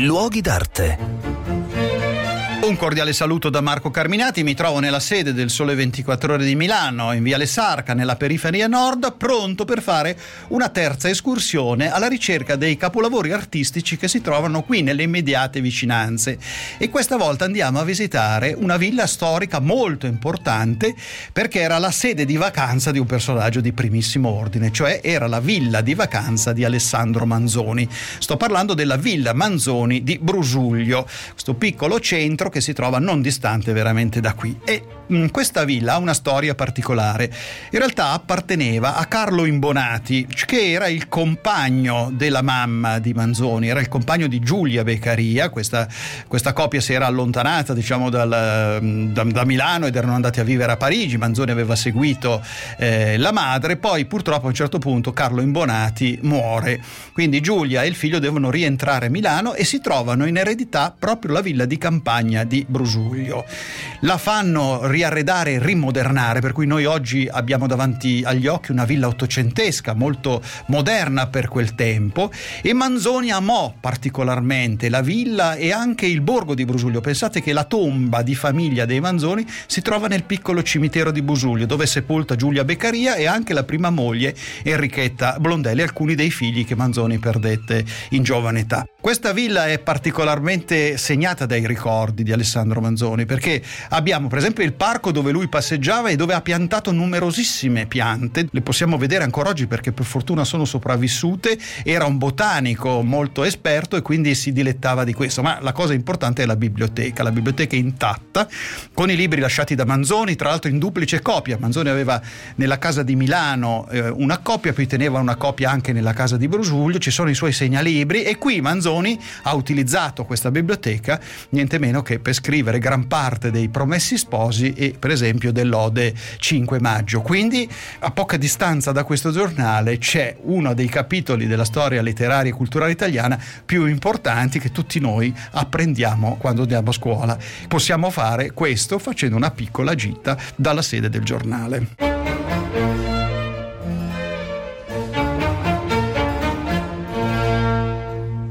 Luoghi d'arte. Un cordiale saluto da Marco Carminati, mi trovo nella sede del Sole 24 Ore di Milano, in Viale Sarca, nella periferia nord, pronto per fare una terza escursione alla ricerca dei capolavori artistici che si trovano qui nelle immediate vicinanze. E questa volta andiamo a visitare una villa storica molto importante, perché era la sede di vacanza di un personaggio di primissimo ordine, cioè era la villa di vacanza di Alessandro Manzoni. Sto parlando della Villa Manzoni di Brusuglio, questo piccolo centro che si trova non distante veramente da qui. E questa villa ha una storia particolare. In realtà apparteneva a Carlo Imbonati, che era il compagno della mamma di Manzoni, era il compagno di Giulia Beccaria. Questa coppia si era allontanata, diciamo, da Milano ed erano andati a vivere a Parigi. Manzoni aveva seguito la madre, poi purtroppo a un certo punto Carlo Imbonati muore, quindi Giulia e il figlio devono rientrare a Milano e si trovano in eredità proprio la villa di campagna di Brusuglio. La fanno riarredare e rimodernare, per cui noi oggi abbiamo davanti agli occhi una villa ottocentesca molto moderna per quel tempo, e Manzoni amò particolarmente la villa e anche il borgo di Brusuglio. Pensate che la tomba di famiglia dei Manzoni si trova nel piccolo cimitero di Brusuglio, dove è sepolta Giulia Beccaria e anche la prima moglie Enrichetta Blondelli, alcuni dei figli che Manzoni perdette in giovane età. Questa villa è particolarmente segnata dai ricordi di Alessandro Manzoni, perché abbiamo per esempio il parco dove lui passeggiava e dove ha piantato numerosissime piante. Le possiamo vedere ancora oggi perché per fortuna sono sopravvissute. Era un botanico molto esperto e quindi si dilettava di questo. Ma la cosa importante è la biblioteca è intatta, con i libri lasciati da Manzoni, tra l'altro in duplice copia. Manzoni aveva nella casa di Milano una copia, poi teneva una copia anche nella casa di Brusuglio. Ci sono i suoi segnalibri e qui Manzoni ha utilizzato questa biblioteca niente meno che per scrivere gran parte dei Promessi Sposi e per esempio dell'Ode 5 maggio. Quindi a poca distanza da questo giornale c'è uno dei capitoli della storia letteraria e culturale italiana più importanti che tutti noi apprendiamo quando andiamo a scuola. Possiamo fare questo facendo una piccola gita dalla sede del giornale.